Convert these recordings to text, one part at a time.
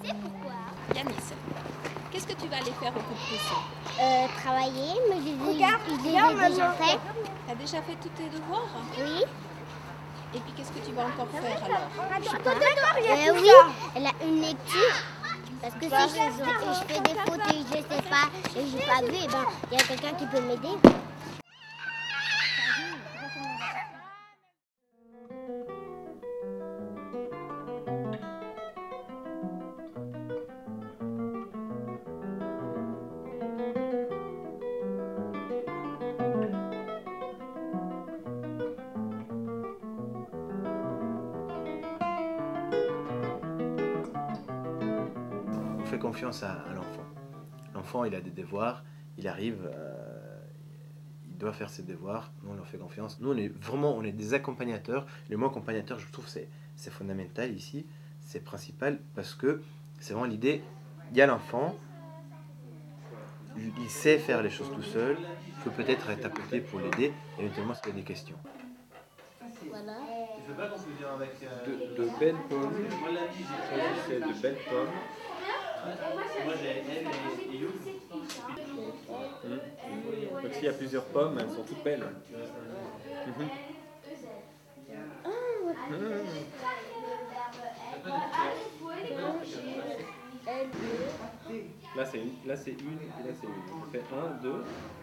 Yanis, qu'est-ce que tu vas aller faire au coup de pouce? Travailler, mais je les ai déjà fait. Tu as déjà fait tous tes devoirs? Oui. Et puis qu'est-ce que tu vas encore faire alors? Je sais pas. Oui, elle a une lecture. Parce que si je fais des fautes et je sais pas et j'ai pas vu, il y a quelqu'un qui peut m'aider. On fait confiance à l'enfant. L'enfant, il a des devoirs, il arrive, il doit faire ses devoirs, nous on leur fait confiance. Nous on est des accompagnateurs. Le mot accompagnateur, je trouve c'est fondamental ici, c'est principal parce que c'est vraiment l'idée, il y a l'enfant, il sait faire les choses tout seul, il faut peut-être être à côté pour l'aider, éventuellement s'il y a des questions. Voilà. De belles pommes, c'est de belles pommes. Donc s'il y a plusieurs pommes, elles sont toutes belles. Là c'est une, et là c'est une. On fait 1, 2.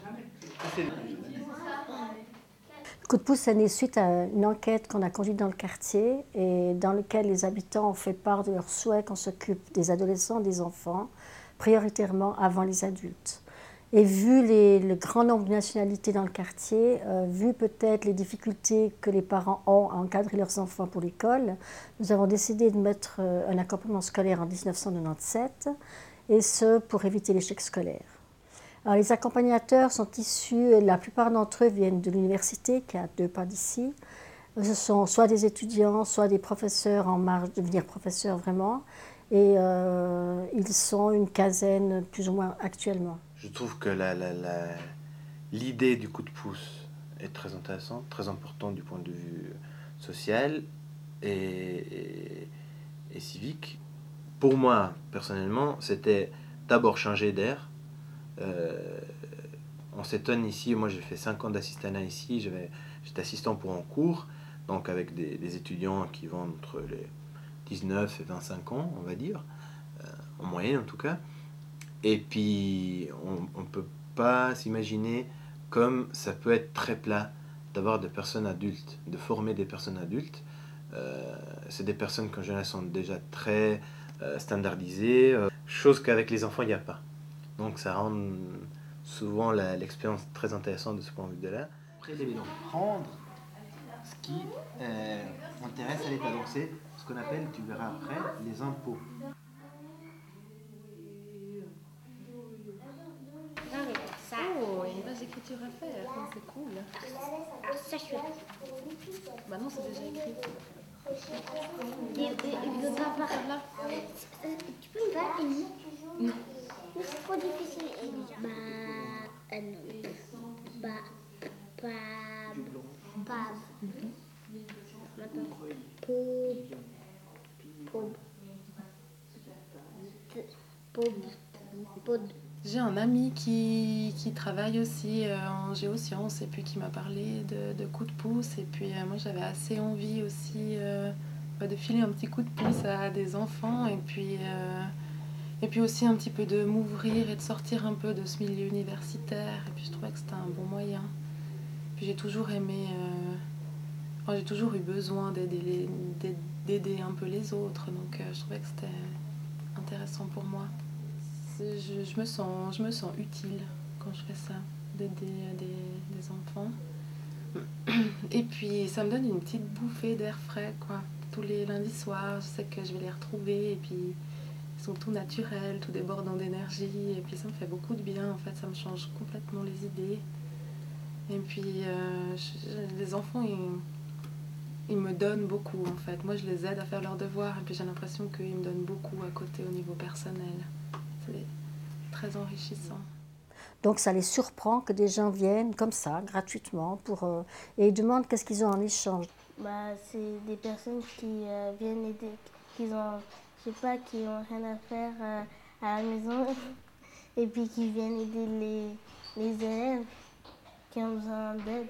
Le coup de pouce est né suite à une enquête qu'on a conduite dans le quartier et dans laquelle les habitants ont fait part de leur souhait qu'on s'occupe des adolescents et des enfants, prioritairement avant les adultes. Et vu le grand nombre de nationalités dans le quartier, vu peut-être les difficultés que les parents ont à encadrer leurs enfants pour l'école, nous avons décidé de mettre un accompagnement scolaire en 1997, et ce pour éviter l'échec scolaire. Alors, les accompagnateurs sont issus, la plupart d'entre eux viennent de l'université qui est à 2 pas d'ici. Ce sont soit des étudiants, soit des professeurs en marge de devenir professeurs vraiment. Et ils sont une quinzaine plus ou moins actuellement. Je trouve que l'idée du coup de pouce est très intéressante, très importante du point de vue social et civique. Pour moi, personnellement, c'était d'abord changer d'air. On s'étonne ici, moi j'ai fait 5 ans d'assistanat ici, j'étais assistant pour un cours, donc avec des étudiants qui vont entre les 19 et 25 ans, on va dire, en moyenne en tout cas. Et puis on ne peut pas s'imaginer comme ça peut être très plat d'avoir des personnes adultes, de former des personnes adultes. C'est des personnes qu'en général sont déjà très standardisées, chose qu'avec les enfants il n'y a pas. Donc ça rend souvent l'expérience très intéressante de ce point de vue-là. Après, les donc prendre ce qui intéresse à l'État. Donc c'est ce qu'on appelle, tu verras après, les impôts. Oh, il y a une page d'écriture à faire, c'est cool. Ça, je fais. Bah non, c'est déjà écrit. Il veut pas voir là. Tu peux me faire une? Non. C'est trop difficile. J'ai un ami qui travaille aussi en géosciences et puis qui m'a parlé de coups de pouce. Et puis moi j'avais assez envie aussi de filer un petit coup de pouce à des enfants et puis aussi un petit peu de m'ouvrir et de sortir un peu de ce milieu universitaire. Et puis je trouvais que c'était un bon moyen. Puis j'ai toujours aimé, j'ai toujours eu besoin d'aider un peu les autres. Donc je trouvais que c'était intéressant pour moi. Je me sens utile quand je fais ça, d'aider des enfants. Et puis ça me donne une petite bouffée d'air frais, quoi. Tous les lundis soirs, je sais que je vais les retrouver et puis ils sont tout naturels, tout débordants d'énergie. Et puis ça me fait beaucoup de bien, en fait, ça me change complètement les idées. Et puis les enfants, ils me donnent beaucoup, en fait. Moi, je les aide à faire leurs devoirs et puis j'ai l'impression qu'ils me donnent beaucoup à côté au niveau personnel. C'est très enrichissant. Donc ça les surprend que des gens viennent comme ça, gratuitement, et ils demandent qu'est-ce qu'ils ont en échange. C'est des personnes qui viennent aider, qui je sais pas, qui ont rien à faire à la maison et puis qui viennent aider les élèves qui ont besoin d'aide.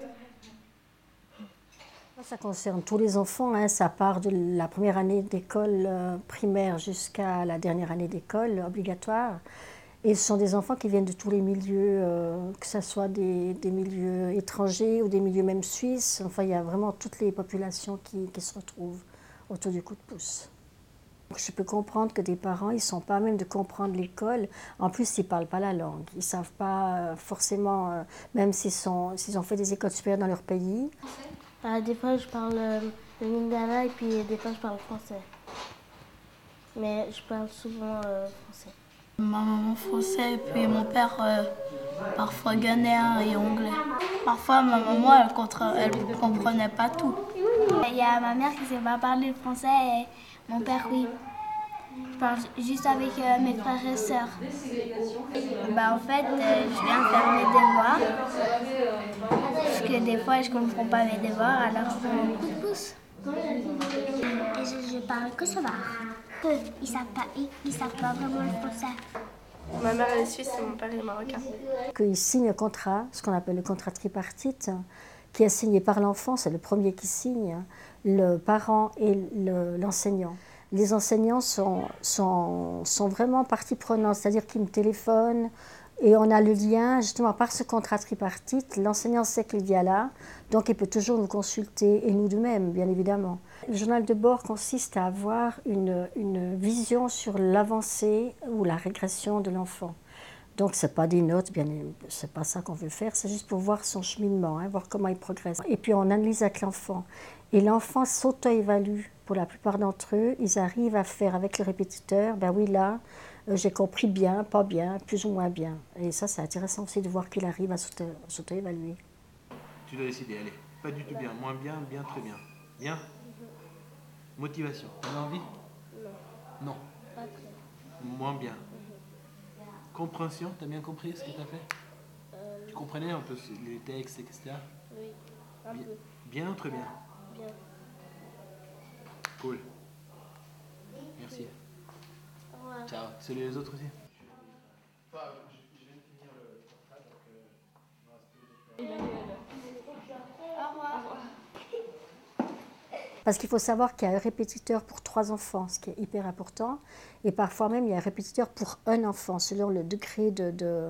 Ça concerne tous les enfants, hein. Ça part de la première année d'école primaire jusqu'à la dernière année d'école obligatoire. Et ce sont des enfants qui viennent de tous les milieux, que ce soit des milieux étrangers ou des milieux même suisses. Enfin, il y a vraiment toutes les populations qui se retrouvent autour du coup de pouce. Je peux comprendre que des parents, ils ne sont pas à même de comprendre l'école. En plus, ils ne parlent pas la langue. Ils ne savent pas forcément, même s'ils ont fait des écoles supérieures dans leur pays. Des fois, je parle le lingala et puis des fois, je parle français. Mais je parle souvent français. Ma maman français et puis mon père parfois ghanéen et anglais. Parfois ma maman elle comprenait pas tout. Il y a ma mère qui ne sait pas parler le français et mon père oui. Je parle juste avec mes frères et sœurs. En fait, je viens faire mes devoirs. Parce que des fois je ne comprends pas mes devoirs, alors je fais un coup de pouce. Je parle que ça va. Ils ne savent pas vraiment le français. Ma mère elle est suisse et mon père est marocain. Qu'ils signent un contrat, ce qu'on appelle le contrat tripartite, qui est signé par l'enfant, c'est le premier qui signe, le parent et l'enseignant. Les enseignants sont vraiment partie prenante, c'est-à-dire qu'ils me téléphonent et on a le lien, justement par ce contrat tripartite, l'enseignant sait qu'il vient là, donc il peut toujours nous consulter et nous de même, bien évidemment. Le journal de bord consiste à avoir une vision sur l'avancée ou la régression de l'enfant. Donc ce n'est pas des notes, c'est pas ça qu'on veut faire, c'est juste pour voir son cheminement, hein, voir comment il progresse. Et puis on analyse avec l'enfant. Et l'enfant s'auto-évalue. Pour la plupart d'entre eux, ils arrivent à faire avec le répétiteur, ben oui là, j'ai compris bien, pas bien, plus ou moins bien. Et ça, c'est intéressant aussi de voir qu'il arrive à s'auto-évaluer. Tu dois décider, allez, pas du tout bien, moins bien, bien, très bien. Bien? Motivation, tu as envie? Non. Pas très. Moins bien. Compréhension, tu as bien compris ce que tu as fait? Tu comprenais un peu les textes, etc. Oui, un peu. Bien ou très bien? Bien. Cool. Merci. Au revoir. Ciao. Salut les autres aussi. Parce qu'il faut savoir qu'il y a un répétiteur pour 3 enfants, ce qui est hyper important. Et parfois même, il y a un répétiteur pour un enfant, selon le degré de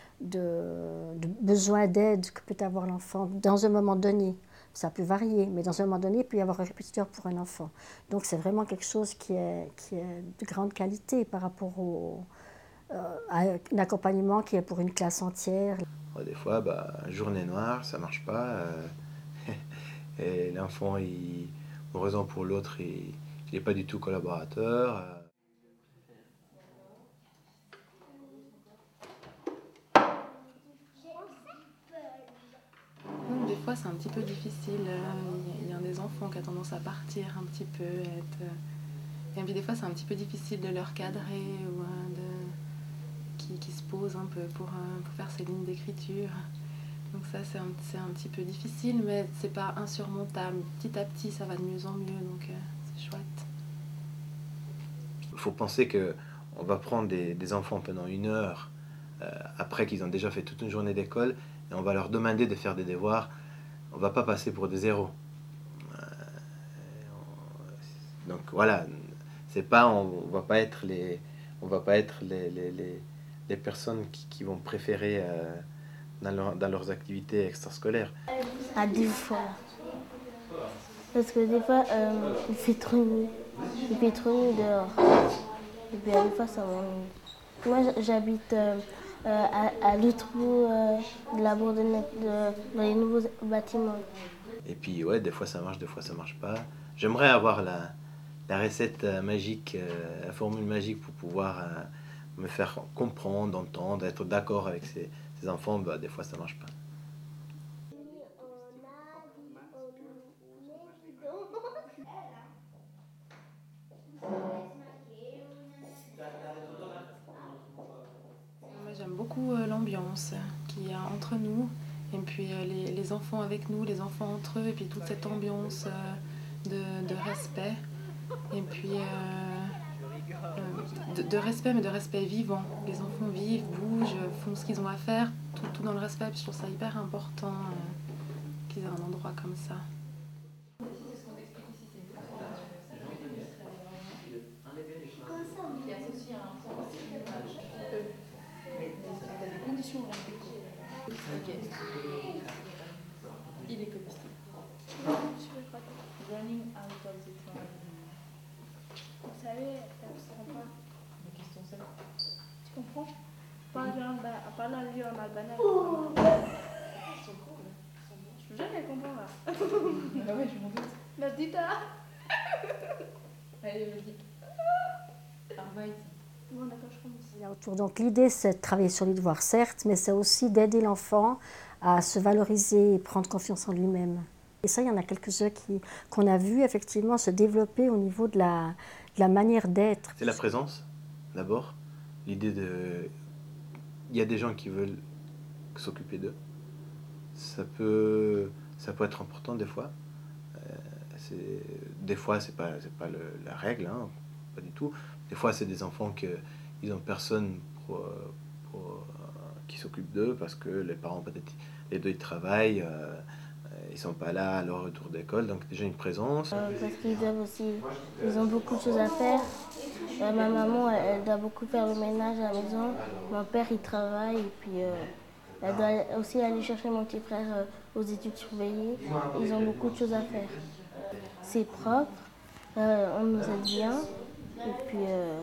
besoin d'aide que peut avoir l'enfant dans un moment donné. Ça peut varier, mais dans un moment donné, il peut y avoir un répétiteur pour un enfant. Donc c'est vraiment quelque chose qui est de grande qualité par rapport à un accompagnement qui est pour une classe entière. Des fois, journée noire, ça marche pas. Et l'enfant, pour une raison ou pour l'autre, il n'est pas du tout collaborateur. Des fois, c'est un petit peu difficile. Il y a des enfants qui ont tendance à partir un petit peu. Et puis des fois, c'est un petit peu difficile de leur cadrer ou qui se posent un peu pour faire ces lignes d'écriture. Donc ça, c'est un petit peu difficile, mais c'est pas insurmontable. Petit à petit, ça va de mieux en mieux, donc c'est chouette. Il faut penser qu'on va prendre des enfants pendant 1 heure, après qu'ils ont déjà fait toute une journée d'école, et on va leur demander de faire des devoirs. On ne va pas passer pour des zéros. Donc voilà, on va pas être les personnes qui vont préférer dans leurs activités extrascolaires. Des fois. Parce que des fois, il fait trop nuit. Il fait trop nuit dehors. Et puis des fois, ça m'ennuie. Moi, j'habite à l'autre bout de la Bourdonnette, dans les nouveaux bâtiments. Et puis, ouais, des fois ça marche, des fois ça marche pas. J'aimerais avoir la recette magique, la formule magique pour pouvoir me faire comprendre, entendre, être d'accord avec ces enfants. Des fois ça marche pas. Moi, j'aime beaucoup l'ambiance qu'il y a entre nous, et puis les enfants avec nous, les enfants entre eux, et puis toute cette ambiance de respect. Et puis de respect, mais de respect vivant. Les enfants vivent, bougent, font ce qu'ils ont à faire, tout dans le respect. Puis je trouve ça hyper important qu'ils aient un endroit comme ça. Il est comestible. Running out of the trial. Vous savez, je comprends pas. La question c'est Tu comprends? Par exemple, parler en lieu en albanais. ils sont cool. Je veux jamais comprendre là. Ah ouais, je m'en doute. Mais dis-toi. Allez, vas-y. Arbeit. Bon, d'accord, je commence. Il y a autour. Donc l'idée, c'est de travailler sur les devoirs, certes, mais c'est aussi d'aider l'enfant à se valoriser et prendre confiance en lui-même. Et ça, il y en a quelques-uns qu'on a vu effectivement se développer au niveau de la manière d'être. C'est la présence, d'abord. L'idée de... Il y a des gens qui veulent s'occuper d'eux. Ça peut être important des fois. Des fois, c'est pas la règle, hein, pas du tout. Des fois, c'est des enfants qu'ils n'ont personne qui s'occupe d'eux parce que les parents, peut-être, les deux, ils travaillent. Ils sont pas là à leur retour d'école, donc déjà une présence. Parce qu'ils doivent aussi, ils ont beaucoup de choses à faire. Ma maman, elle doit beaucoup faire le ménage à la maison. Mon père, il travaille et puis elle doit aussi aller chercher mon petit frère aux études surveillées. Ils ont beaucoup de choses à faire. C'est propre, on nous aide bien et puis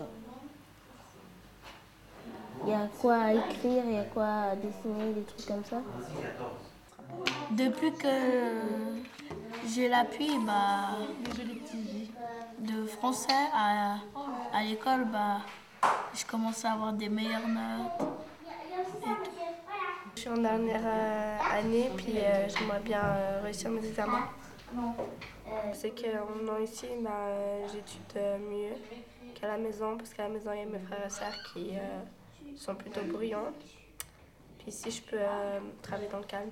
il y a quoi à écrire, il y a quoi à dessiner, des trucs comme ça. Depuis que j'ai l'appui de français à l'école, je commence à avoir des meilleures notes. Je suis en dernière année, puis j'aimerais bien réussir mes examens. C'est qu'en venant ici, j'étude mieux qu'à la maison, parce qu'à la maison, il y a mes frères et sœurs qui sont plutôt bruyants. Puis ici, je peux travailler dans le calme.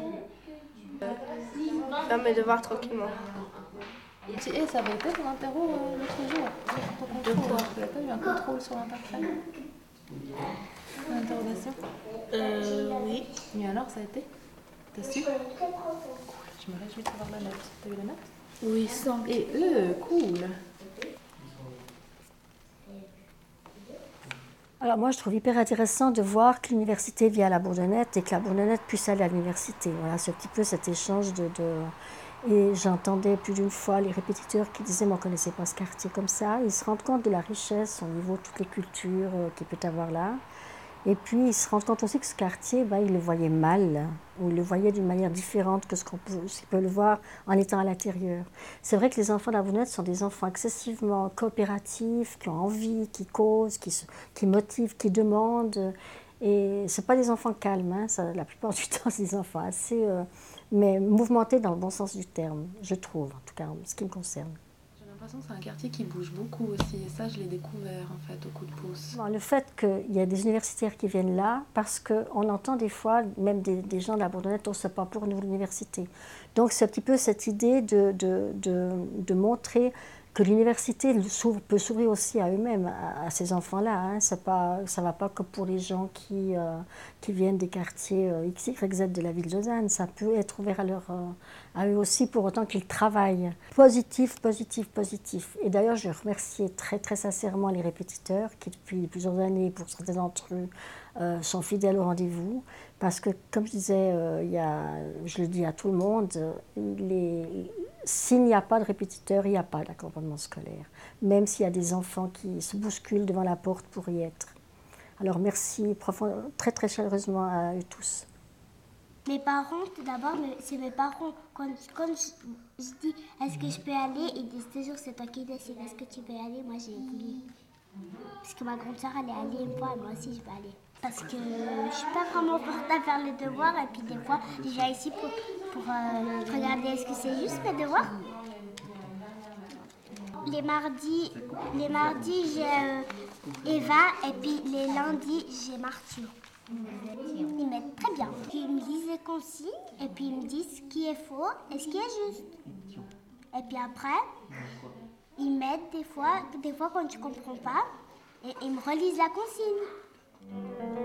Faire mes devoirs tranquillement. Et ça avait été ton interro l'autre jour? De quoi? Tu n'as pas eu un contrôle sur l'imparfait? L'interrogation? Oui. Et alors, ça a été? T'as su? Cool. Je me réjouis de savoir la note. T'as eu la note? Oui, 100. Et cool. Alors moi, je trouve hyper intéressant de voir que l'université vient à la Bourdonnette et que la Bourdonnette puisse aller à l'université. Voilà, c'est un petit peu cet échange Et j'entendais plus d'une fois les répétiteurs qui disaient « moi, je ne connaissais pas ce quartier comme ça ». Ils se rendent compte de la richesse au niveau de toutes les cultures qu'il peut avoir là. Et puis, ils se rendent compte aussi que ce quartier, ils le voyaient mal, ou ils le voyaient d'une manière différente que ce qu'on peut le voir en étant à l'intérieur. C'est vrai que les enfants de la Bourdonnette sont des enfants excessivement coopératifs, qui ont envie, qui causent, qui motivent, qui demandent. Et ce pas des enfants calmes, hein, ça, la plupart du temps, c'est des enfants assez... mais mouvementés dans le bon sens du terme, je trouve, en tout cas, en ce qui me concerne. J'ai l'impression que c'est un quartier qui bouge beaucoup aussi, et ça, je l'ai découvert, en fait, au coup de pouce. Le fait qu'il y a des universitaires qui viennent là, parce qu'on entend des fois, même des gens de la Bourdonnette, on ne sait pas pour nous l'université. Donc c'est un petit peu cette idée de montrer que l'université peut s'ouvrir aussi à eux-mêmes, à ces enfants-là. Hein. Ça ne va pas que pour les gens qui viennent des quartiers X, Y, Z de la ville de Lausanne. Ça peut être ouvert à eux aussi, pour autant qu'ils travaillent. Positif, positif, positif. Et d'ailleurs, je remercie très, très sincèrement les répétiteurs qui, depuis plusieurs années, pour certains d'entre eux, sont fidèles au rendez-vous. Parce que, comme je disais, je le dis à tout le monde, s'il n'y a pas de répétiteurs, il n'y a pas d'accompagnement scolaire. Même s'il y a des enfants qui se bousculent devant la porte pour y être. Alors merci très très chaleureusement à eux tous. Mes parents, tout d'abord, c'est mes parents. Quand je dis est-ce que je peux aller, ils disent toujours c'est toi qui décides, est-ce que tu peux aller. Moi j'ai voulu. Parce que ma grande soeur elle est allée une fois et moi aussi je vais aller. Parce que je suis pas vraiment forte à faire les devoirs et puis des fois je viens ici pour regarder est-ce que c'est juste mes devoirs. Les mardis j'ai Eva et puis les lundis j'ai Marthieu. Ils m'aident très bien. Ils me lisent les consignes et puis ils me disent ce qui est faux et ce qui est juste. Et puis après, ils m'aident des fois quand je ne comprends pas. et ils me relisent la consigne.